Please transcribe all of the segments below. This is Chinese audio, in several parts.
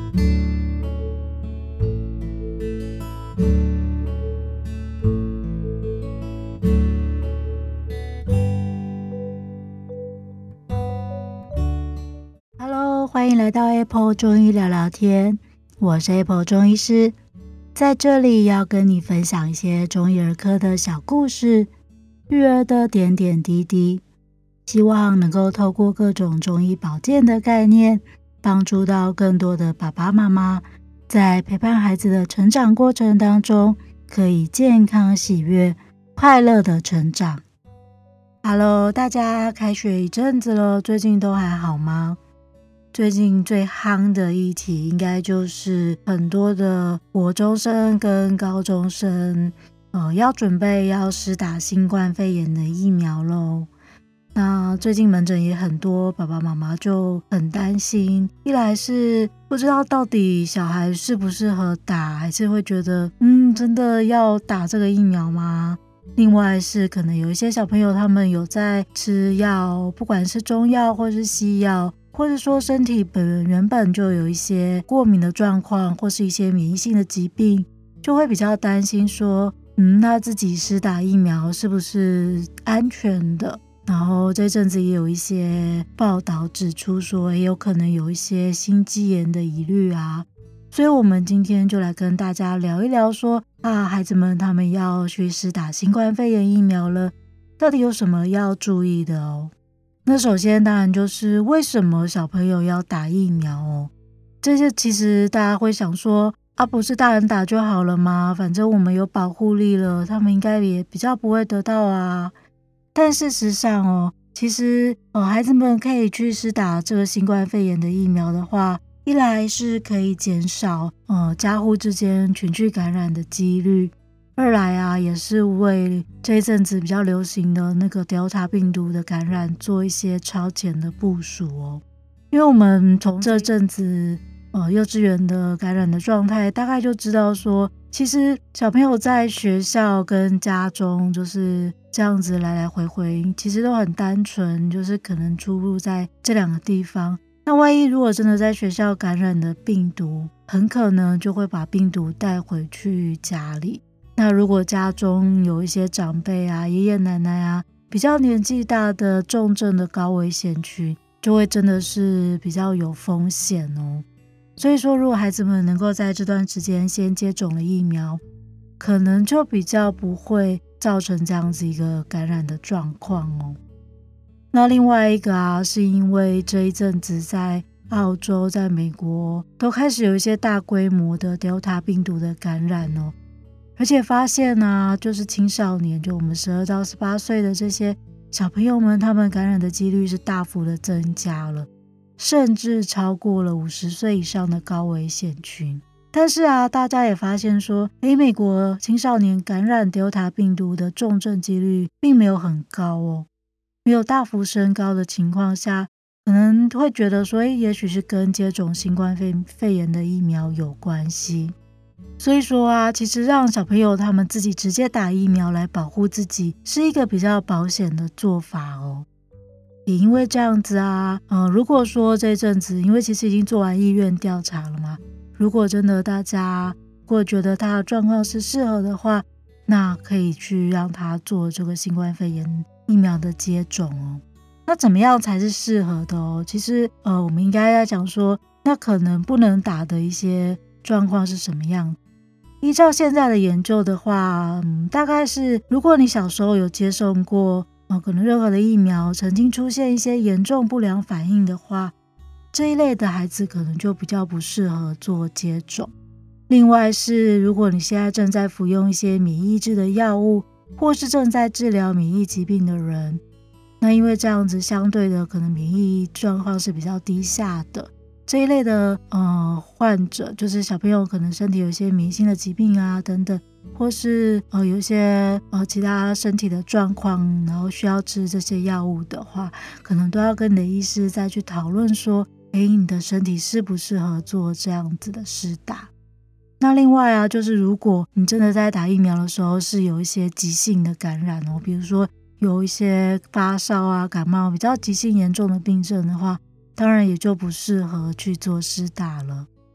Hello， 欢迎来到 Apple 中医聊聊天，我是 Apple 中医师，在这里要跟你分享一些中医儿科的小故事，育儿的点点滴滴，希望能够透过各种中医保健的概念，帮助到更多的爸爸妈妈，在陪伴孩子的成长过程当中，可以健康、喜悦、快乐的成长。Hello， 大家开学一阵子了，最近都还好吗？最近最夯的议题应该就是很多的国中生跟高中生要准备要施打新冠肺炎的疫苗咯。那最近门诊也很多爸爸妈妈就很担心，一来是不知道到底小孩适不适合打，还是会觉得真的要打这个疫苗吗？另外是可能有一些小朋友他们有在吃药，不管是中药或是西药，或者说身体原本就有一些过敏的状况，或是一些免疫性的疾病，就会比较担心说那自己施打疫苗是不是安全的。然后这阵子也有一些报道指出说也有可能有一些心肌炎的疑虑啊，所以我们今天就来跟大家聊一聊说孩子们他们要去施打新冠肺炎疫苗了，到底有什么要注意的哦。那首先当然就是为什么小朋友要打疫苗哦？这些其实大家会想说不是大人打就好了吗？反正我们有保护力了，他们应该也比较不会得到啊。但事实上其实孩子们可以去施打这个新冠肺炎的疫苗的话，一来是可以减少家户之间群聚感染的几率，二来也是为这一阵子比较流行的那个 Delta 病毒的感染做一些超前的部署哦。因为我们从这阵子幼稚园的感染的状态，大概就知道说，其实小朋友在学校跟家中就是这样子来来回回，其实都很单纯，就是可能出入在这两个地方。那万一如果真的在学校感染的病毒，很可能就会把病毒带回去家里。那如果家中有一些长辈爷爷奶奶比较年纪大的重症的高危险群，就会真的是比较有风险哦。所以说如果孩子们能够在这段时间先接种了疫苗，可能就比较不会造成这样子一个感染的状况哦。那另外一个是因为这一阵子在澳洲在美国都开始有一些大规模的 Delta 病毒的感染哦，而且发现就是青少年，就我们12到18岁的这些小朋友们，他们感染的几率是大幅的增加了，甚至超过了50岁以上的高危险群。但是大家也发现说美国青少年感染 Delta 病毒的重症几率并没有很高哦，没有大幅升高的情况下，可能会觉得说也许是跟接种新冠肺炎的疫苗有关系。所以说其实让小朋友他们自己直接打疫苗来保护自己是一个比较保险的做法哦。也因为这样子如果说这阵子因为其实已经做完意愿调查了嘛，如果真的大家如果觉得他的状况是适合的话，那可以去让他做这个新冠肺炎疫苗的接种哦。那怎么样才是适合的哦？其实我们应该要讲说，那可能不能打的一些状况是什么样。依照现在的研究的话大概是如果你小时候有接受过可能任何的疫苗，曾经出现一些严重不良反应的话，这一类的孩子可能就比较不适合做接种。另外是如果你现在正在服用一些免疫制的药物，或是正在治疗免疫疾病的人，那因为这样子相对的可能免疫状况是比较低下的，这一类的患者，就是小朋友可能身体有一些免疫性的疾病等等，或是有一些其他身体的状况，然后需要吃这些药物的话，可能都要跟你的医师再去讨论说你的身体适不适合做这样子的施打。那另外就是如果你真的在打疫苗的时候是有一些急性的感染比如说有一些发烧感冒比较急性严重的病症的话，当然也就不适合去做施打了。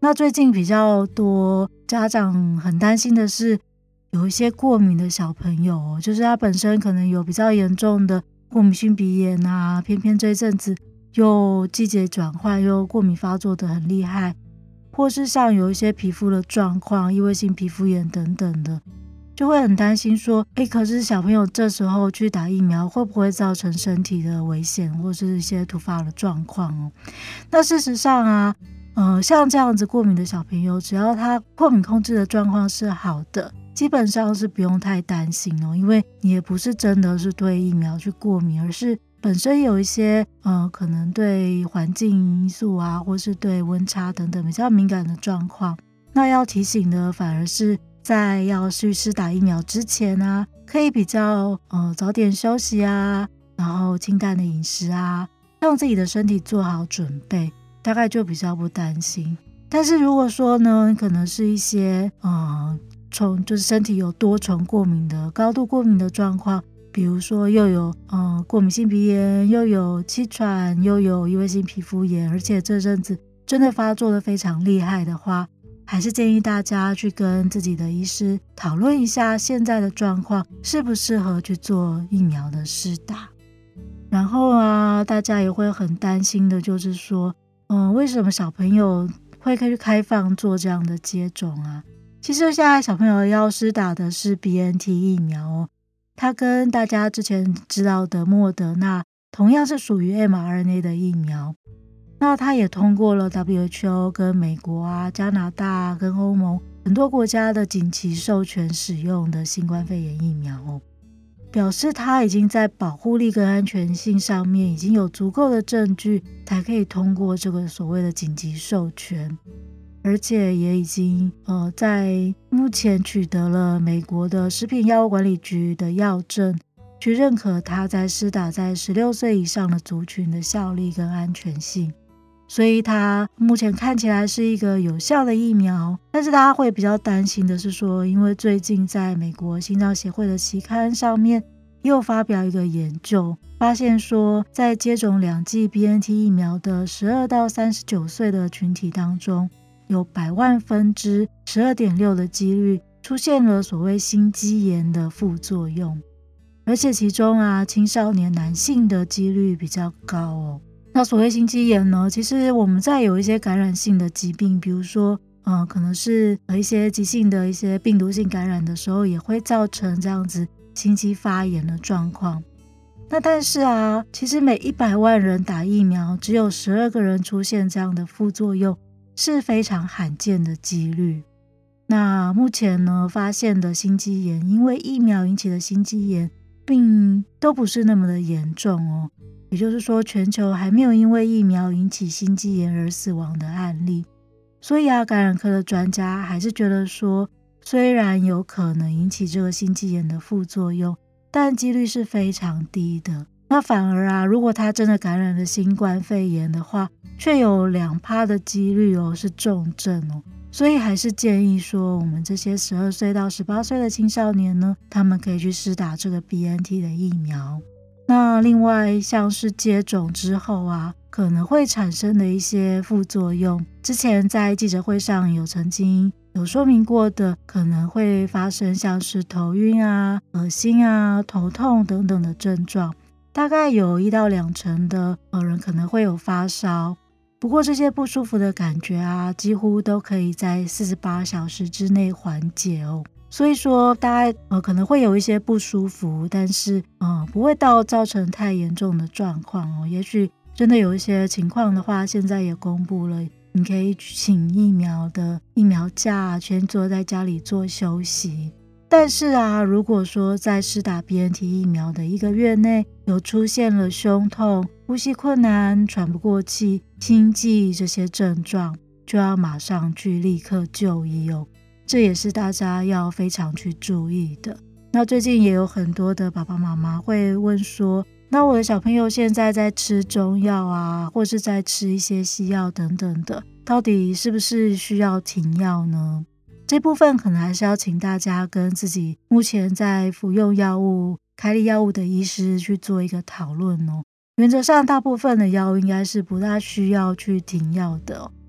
那最近比较多家长很担心的是，有一些过敏的小朋友就是他本身可能有比较严重的过敏性鼻炎啊，偏偏这一阵子又季节转换，又过敏发作的很厉害，或是像有一些皮肤的状况，异位性皮肤炎等等的，就会很担心说，可是小朋友这时候去打疫苗会不会造成身体的危险，或是一些突发的状况那事实上啊，像这样子过敏的小朋友，只要他过敏控制的状况是好的，基本上是不用太担心因为你也不是真的是对疫苗去过敏，而是本身有一些可能对环境因素啊，或是对温差等等比较敏感的状况。那要提醒的反而是在要去施打疫苗之前啊，可以比较早点休息啊，然后清淡的饮食啊，让自己的身体做好准备，大概就比较不担心。但是如果说呢，可能是一些就是身体有多重过敏的高度过敏的状况，比如说又有过敏性鼻炎，又有气喘，又有异位性皮肤炎，而且这阵子真的发作的非常厉害的话，还是建议大家去跟自己的医师讨论一下现在的状况适不适合去做疫苗的施打。然后啊，大家也会很担心的就是说为什么小朋友会去开放做这样的接种啊？其实现在小朋友要施打的是 BNT 疫苗它跟大家之前知道的莫德纳同样是属于 mRNA 的疫苗。那它也通过了 WHO 跟美国啊、加拿大跟欧盟很多国家的紧急授权使用的新冠肺炎疫苗表示它已经在保护力跟安全性上面已经有足够的证据，才可以通过这个所谓的紧急授权，而且也已经在目前取得了美国的食品药物管理局的药证，去认可它在施打在16岁以上的族群的效力跟安全性。所以它目前看起来是一个有效的疫苗，但是大家会比较担心的是说，因为最近在美国心脏协会的期刊上面又发表一个研究，发现说在接种2剂 BNT 疫苗的12到39岁的群体当中，有100万分之 12.6 的几率出现了所谓心肌炎的副作用，而且其中啊青少年男性的几率比较高那所谓心肌炎呢，其实我们在有一些感染性的疾病，比如说可能是一些急性的一些病毒性感染的时候，也会造成这样子心肌发炎的状况。那但是啊，其实每100万人打疫苗，只有12个人出现这样的副作用，是非常罕见的几率。那目前呢，发现的心肌炎，因为疫苗引起的心肌炎，并都不是那么的严重也就是说，全球还没有因为疫苗引起心肌炎而死亡的案例。所以啊，感染科的专家还是觉得说，虽然有可能引起这个心肌炎的副作用，但几率是非常低的。那反而啊，如果他真的感染了新冠肺炎的话，却有2%的几率是重症所以还是建议说，我们这些12岁到18岁的青少年呢，他们可以去施打这个 BNT 的疫苗。那另外像是接种之后啊，可能会产生的一些副作用，之前在记者会上曾经有说明过的，可能会发生像是头晕啊、恶心啊、头痛等等的症状，大概有1到2成的人可能会有发烧。不过这些不舒服的感觉啊，几乎都可以在48小时之内缓解所以说大家可能会有一些不舒服，但是不会到造成太严重的状况也许真的有一些情况的话，现在也公布了，你可以请疫苗假，全坐在家里做休息。但是啊，如果说在施打 BNT 疫苗的1个月内有出现了胸痛、呼吸困难、喘不过气、心悸这些症状，就要马上去立刻就医这也是大家要非常去注意的。那最近也有很多的爸爸妈妈会问说，那我的小朋友现在在吃中药啊，或是在吃一些西药等等的，到底是不是需要停药呢？这部分可能还是要请大家跟自己目前在服用药物、开立药物的医师去做一个讨论原则上大部分的药应该是不大需要去停药的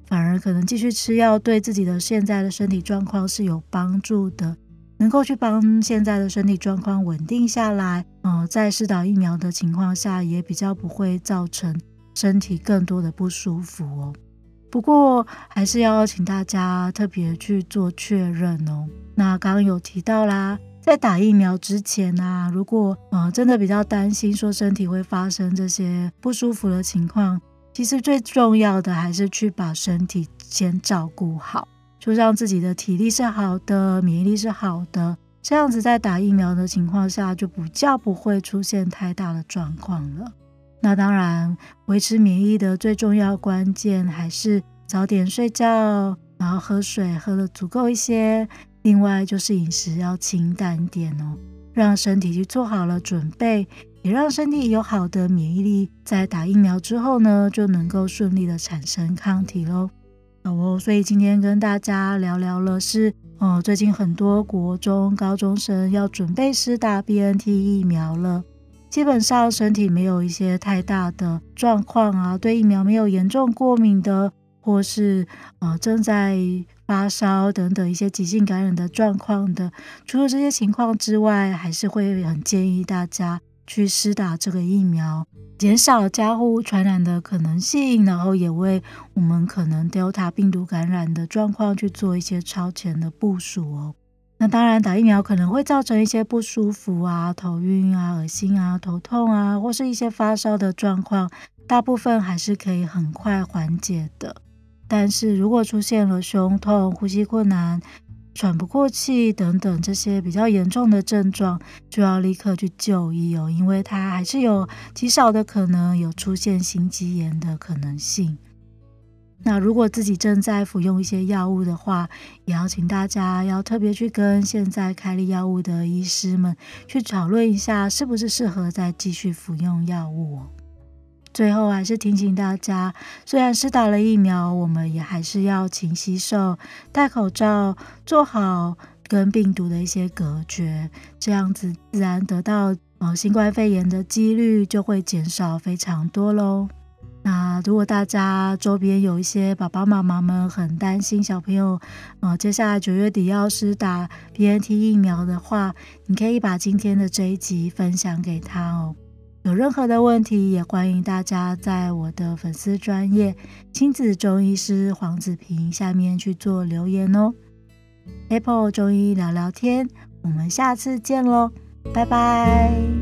反而可能继续吃药对自己的现在的身体状况是有帮助的，能够去帮现在的身体状况稳定下来，在施打疫苗的情况下也比较不会造成身体更多的不舒服哦。不过还是要请大家特别去做确认哦。那刚刚有提到啦，在打疫苗之前啊，如果真的比较担心说身体会发生这些不舒服的情况，其实最重要的还是去把身体先照顾好，就让自己的体力是好的，免疫力是好的，这样子在打疫苗的情况下就比较不会出现太大的状况了。那当然，维持免疫的最重要关键还是早点睡觉，然后喝水喝得足够一些，另外就是饮食要清淡点哦，让身体去做好了准备，也让身体有好的免疫力，在打疫苗之后呢，就能够顺利的产生抗体咯。所以今天跟大家聊聊了是最近很多国中高中生要准备施打 BNT 疫苗了，基本上身体没有一些太大的状况啊，对疫苗没有严重过敏的，或是正在发烧等等一些急性感染的状况的，除了这些情况之外，还是会很建议大家去施打这个疫苗，减少家户传染的可能性，然后也为我们可能 Delta 病毒感染的状况去做一些超前的部署哦。那当然打疫苗可能会造成一些不舒服啊，头晕啊，恶心啊，头痛啊，或是一些发烧的状况，大部分还是可以很快缓解的。但是如果出现了胸痛、呼吸困难、喘不过气等等这些比较严重的症状，就要立刻去就医哦，因为它还是有极少的可能有出现心肌炎的可能性。那如果自己正在服用一些药物的话，也要请大家要特别去跟现在开立药物的医师们去讨论一下，是不是适合再继续服用药物哦。最后还是提醒大家，虽然施打了疫苗，我们也还是要勤洗手、戴口罩，做好跟病毒的一些隔绝，这样子自然得到新冠肺炎的几率就会减少非常多咯。那如果大家周边有一些爸爸妈妈们很担心小朋友接下来9月底要施打 BNT 疫苗的话，你可以把今天的这一集分享给他哦。有任何的问题，也欢迎大家在我的粉丝专页亲子中医师黄子平下面去做留言哦。Apple 中医聊聊天，我们下次见咯，拜拜。